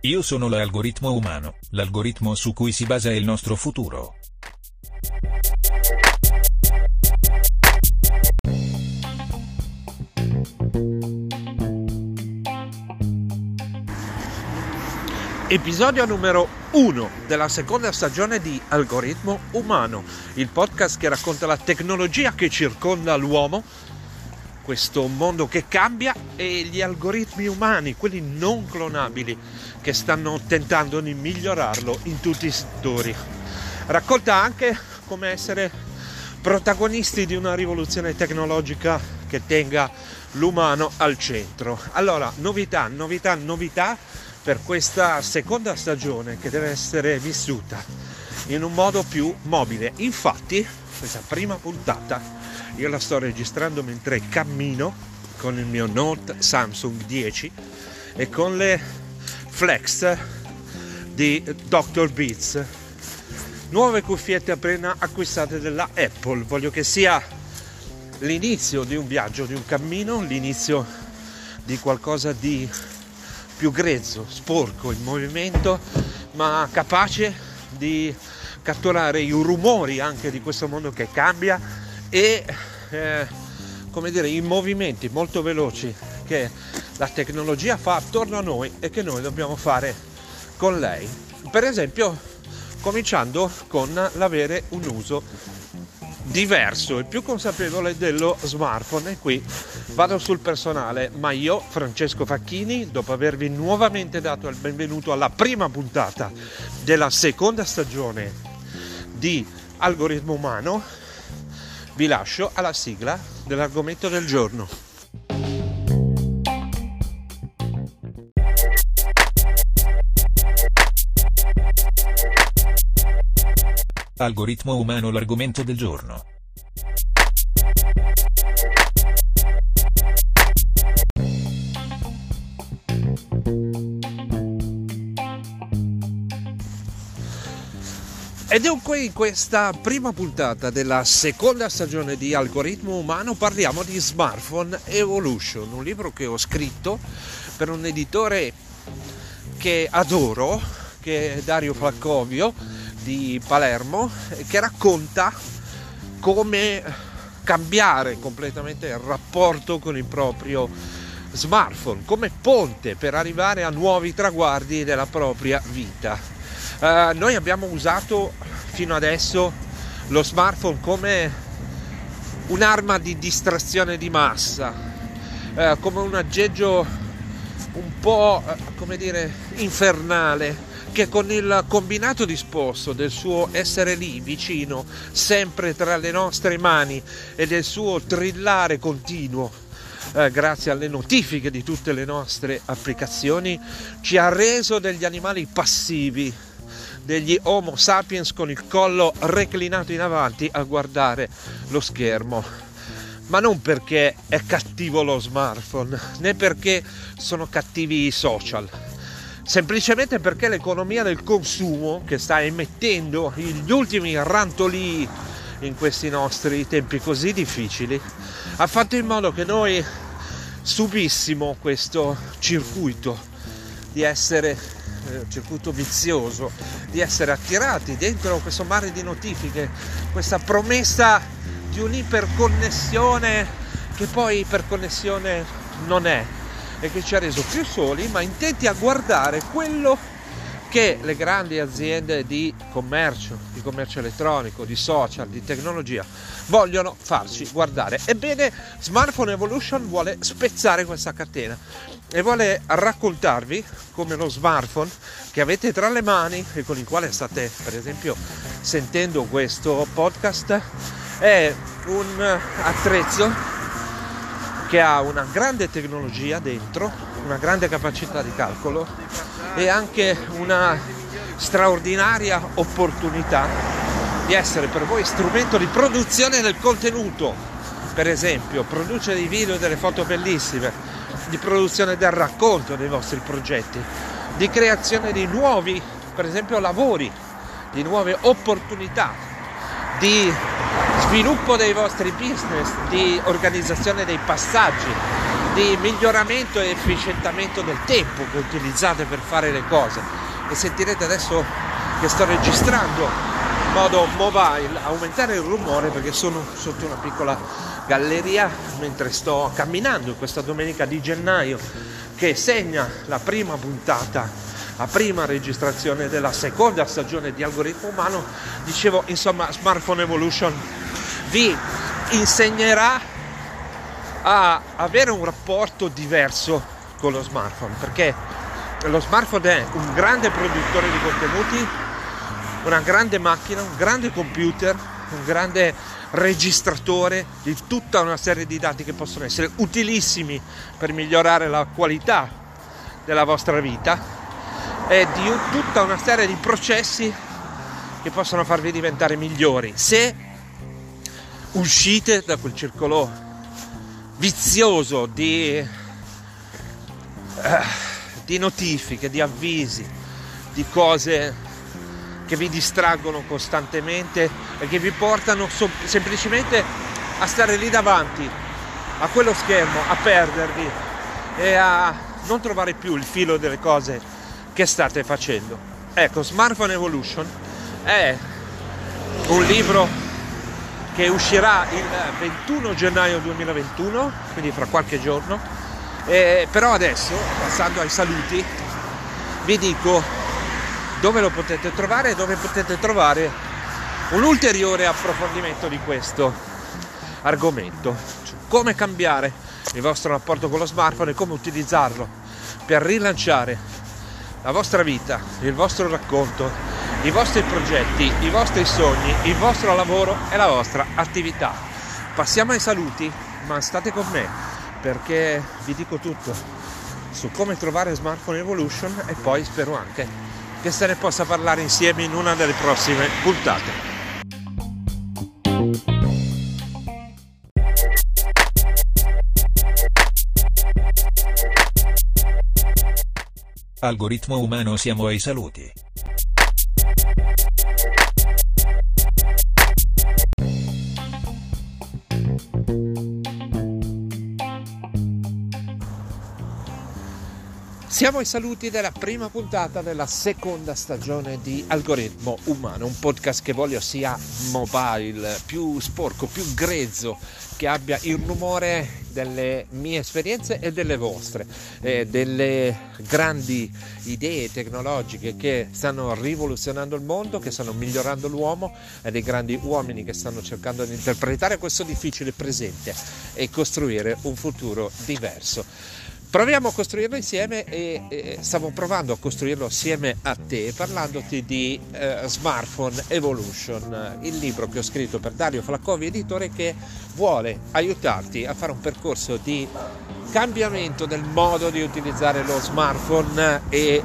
Io sono l'algoritmo umano, l'algoritmo su cui si basa il nostro futuro. Episodio numero 1 della seconda stagione di Algoritmo Umano, il podcast che racconta la tecnologia che circonda l'uomo, questo mondo che cambia, e gli algoritmi umani, quelli non clonabili, che stanno tentando di migliorarlo in tutti i settori. Racconta anche come essere protagonisti di una rivoluzione tecnologica che tenga l'umano al centro. Allora, novità per questa seconda stagione, che deve essere vissuta in un modo più mobile. Infatti, questa prima puntata io la sto registrando mentre cammino con il mio Note Samsung 10 e con le Flex di Dr. Beats, nuove cuffiette appena acquistate dalla Apple. Voglio che sia l'inizio di un viaggio, di un cammino, l'inizio di qualcosa di più grezzo, sporco, in movimento, ma capace di catturare i rumori anche di questo mondo che cambia e i movimenti molto veloci che la tecnologia fa attorno a noi e che noi dobbiamo fare con lei. Per esempio, cominciando con l'avere un uso diverso e più consapevole dello smartphone. E qui vado sul personale, ma io, Francesco Facchini, dopo avervi nuovamente dato il benvenuto alla prima puntata della seconda stagione di Algoritmo Umano, vi lascio alla sigla dell'argomento del giorno. Algoritmo umano, l'argomento del giorno. E dunque in questa prima puntata della seconda stagione di Algoritmo Umano parliamo di Smartphone Evolution, un libro che ho scritto per un editore che adoro, che è Dario Flaccovio di Palermo, che racconta come cambiare completamente il rapporto con il proprio smartphone come ponte per arrivare a nuovi traguardi della propria vita. Noi abbiamo usato fino adesso lo smartphone come un'arma di distrazione di massa, come un aggeggio un po' infernale, che con il combinato disposto del suo essere lì vicino, sempre tra le nostre mani, e del suo trillare continuo, grazie alle notifiche di tutte le nostre applicazioni, ci ha reso degli animali passivi, degli Homo sapiens con il collo reclinato in avanti a guardare lo schermo. Ma non perché è cattivo lo smartphone, né perché sono cattivi i social, semplicemente perché l'economia del consumo, che sta emettendo gli ultimi rantoli in questi nostri tempi così difficili, ha fatto in modo che noi subissimo questo circuito vizioso, di essere attirati dentro questo mare di notifiche, questa promessa di un'iperconnessione che poi iperconnessione non è, e che ci ha reso più soli, ma intenti a guardare quello che le grandi aziende di commercio elettronico, di social, di tecnologia vogliono farci guardare. Ebbene, Smartphone Evolution vuole spezzare questa catena e vuole raccontarvi come lo smartphone che avete tra le mani e con il quale state, per esempio, sentendo questo podcast, è un attrezzo che ha una grande tecnologia dentro, una grande capacità di calcolo e anche una straordinaria opportunità di essere per voi strumento di produzione del contenuto. Per esempio, produce dei video e delle foto bellissime, di produzione del racconto dei vostri progetti, di creazione di nuovi, per esempio, lavori, di nuove opportunità, di sviluppo dei vostri business, di organizzazione dei passaggi, di miglioramento e efficientamento del tempo che utilizzate per fare le cose. E sentirete adesso che sto registrando in modo mobile aumentare il rumore perché sono sotto una piccola galleria mentre sto camminando in questa domenica di gennaio che segna la prima puntata, la prima registrazione della seconda stagione di Algoritmo Umano. Dicevo, insomma, Smartphone Evolution vi insegnerà a avere un rapporto diverso con lo smartphone, perché lo smartphone è un grande produttore di contenuti, una grande macchina, un grande computer, un grande registratore di tutta una serie di dati che possono essere utilissimi per migliorare la qualità della vostra vita e di tutta una serie di processi che possono farvi diventare migliori se uscite da quel circolo vizioso di notifiche, di avvisi, di cose che vi distraggono costantemente e che vi portano semplicemente a stare lì davanti a quello schermo, a perdervi e a non trovare più il filo delle cose che state facendo. Ecco, Smartphone Evolution è un libro che uscirà il 21 gennaio 2021, quindi fra qualche giorno, però adesso, passando ai saluti, vi dico dove lo potete trovare e dove potete trovare un ulteriore approfondimento di questo argomento, cioè come cambiare il vostro rapporto con lo smartphone e come utilizzarlo per rilanciare la vostra vita, il vostro racconto, i vostri progetti, i vostri sogni, il vostro lavoro e la vostra attività. Passiamo ai saluti, ma state con me perché vi dico tutto su come trovare Smartphone Evolution e poi spero anche che se ne possa parlare insieme in una delle prossime puntate. Algoritmo Umano, siamo ai saluti. Siamo ai saluti della prima puntata della seconda stagione di Algoritmo Umano, un podcast che voglio sia mobile, più sporco, più grezzo, che abbia il rumore delle mie esperienze e delle vostre, delle grandi idee tecnologiche che stanno rivoluzionando il mondo, che stanno migliorando l'uomo e dei grandi uomini che stanno cercando di interpretare questo difficile presente e costruire un futuro diverso. Proviamo a costruirlo insieme e stavo provando a costruirlo assieme a te parlandoti di Smartphone Evolution, il libro che ho scritto per Dario Flaccovi, editore, che vuole aiutarti a fare un percorso di cambiamento del modo di utilizzare lo smartphone e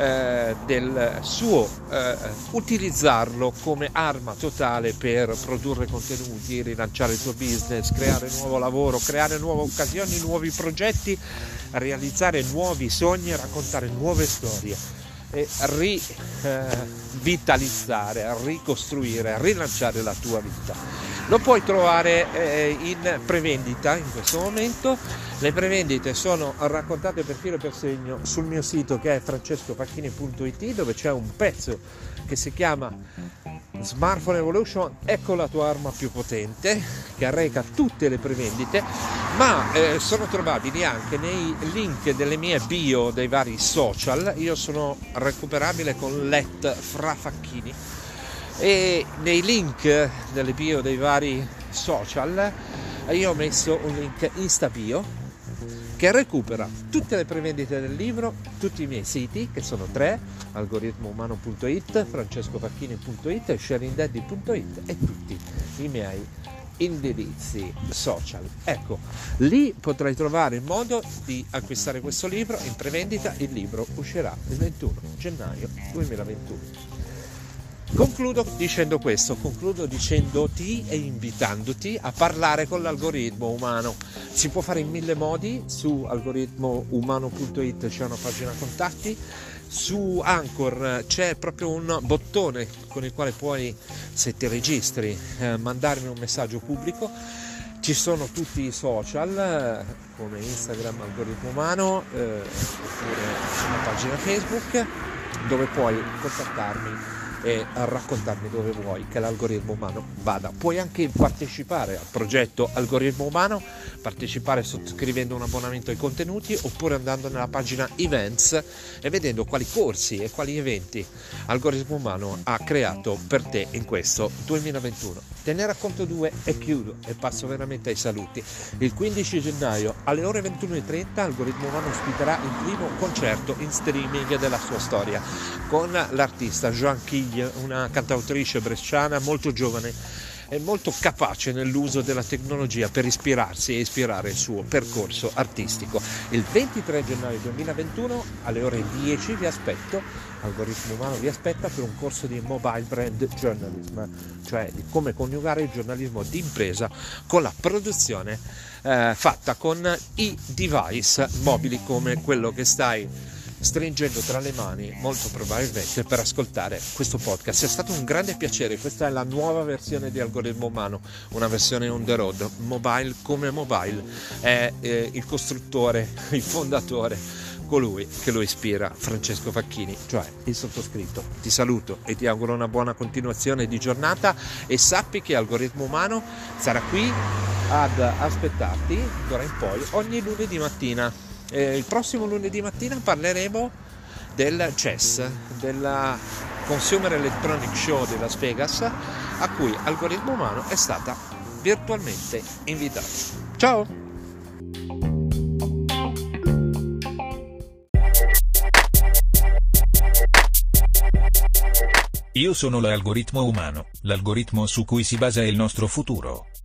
del suo utilizzarlo come arma totale per produrre contenuti, rilanciare il tuo business, creare nuovo lavoro, creare nuove occasioni, nuovi progetti, realizzare nuovi sogni, raccontare nuove storie e rivitalizzare, ricostruire, rilanciare la tua vita. Lo puoi trovare in prevendita in questo momento. Le prevendite sono raccontate per filo e per segno sul mio sito, che è francescopacchini.it, dove c'è un pezzo che si chiama Smartphone Evolution, ecco la tua arma più potente, che reca tutte le prevendite, ma sono trovabili anche nei link delle mie bio dei vari social. Io sono recuperabile con @frafacchini e nei link delle bio dei vari social io ho messo un link Instabio che recupera tutte le prevendite del libro, tutti i miei siti, che sono 3, algoritmoumano.it, francescopacchini.it e sharingdaddy.it, e tutti i miei indirizzi social. Ecco, lì potrai trovare il modo di acquistare questo libro in prevendita. Il libro uscirà il 21 gennaio 2021. Concludo dicendoti e invitandoti a parlare con l'algoritmo umano. Si può fare in 1000 modi. Su algoritmoumano.it c'è una pagina contatti, su Anchor c'è proprio un bottone con il quale puoi, se ti registri, mandarmi un messaggio pubblico, Ci sono tutti i social come Instagram Algoritmo Umano oppure la pagina Facebook, dove puoi contattarmi e raccontarmi dove vuoi che l'algoritmo umano vada. Puoi anche partecipare al progetto Algoritmo Umano, partecipare sottoscrivendo un abbonamento ai contenuti oppure andando nella pagina Events e vedendo quali corsi e quali eventi Algoritmo Umano ha creato per te in questo 2021. Te ne racconto due e chiudo e passo veramente ai saluti. Il 15 gennaio alle ore 21:30 Algoritmo Umano ospiterà il primo concerto in streaming della sua storia con l'artista Joan Quille, una cantautrice bresciana molto giovane e molto capace nell'uso della tecnologia per ispirarsi e ispirare il suo percorso artistico. Il 23 gennaio 2021 alle ore 10 vi aspetto, Algoritmo Umano vi aspetta per un corso di Mobile Brand Journalism, cioè di come coniugare il giornalismo di impresa con la produzione fatta con i device mobili come quello che stai stringendo tra le mani molto probabilmente per ascoltare questo podcast. È stato un grande piacere. Questa è la nuova versione di Algoritmo Umano, una versione on the road, mobile come mobile. È il costruttore, il fondatore, colui che lo ispira, Francesco Facchini, cioè il sottoscritto. Ti saluto e ti auguro una buona continuazione di giornata e sappi che Algoritmo Umano sarà qui ad aspettarti d'ora in poi ogni lunedì mattina. Il prossimo lunedì mattina parleremo del CES, della Consumer Electronic Show di Las Vegas, a cui Algoritmo Umano è stata virtualmente invitata. Ciao! Io sono l'Algoritmo Umano, l'algoritmo su cui si basa il nostro futuro.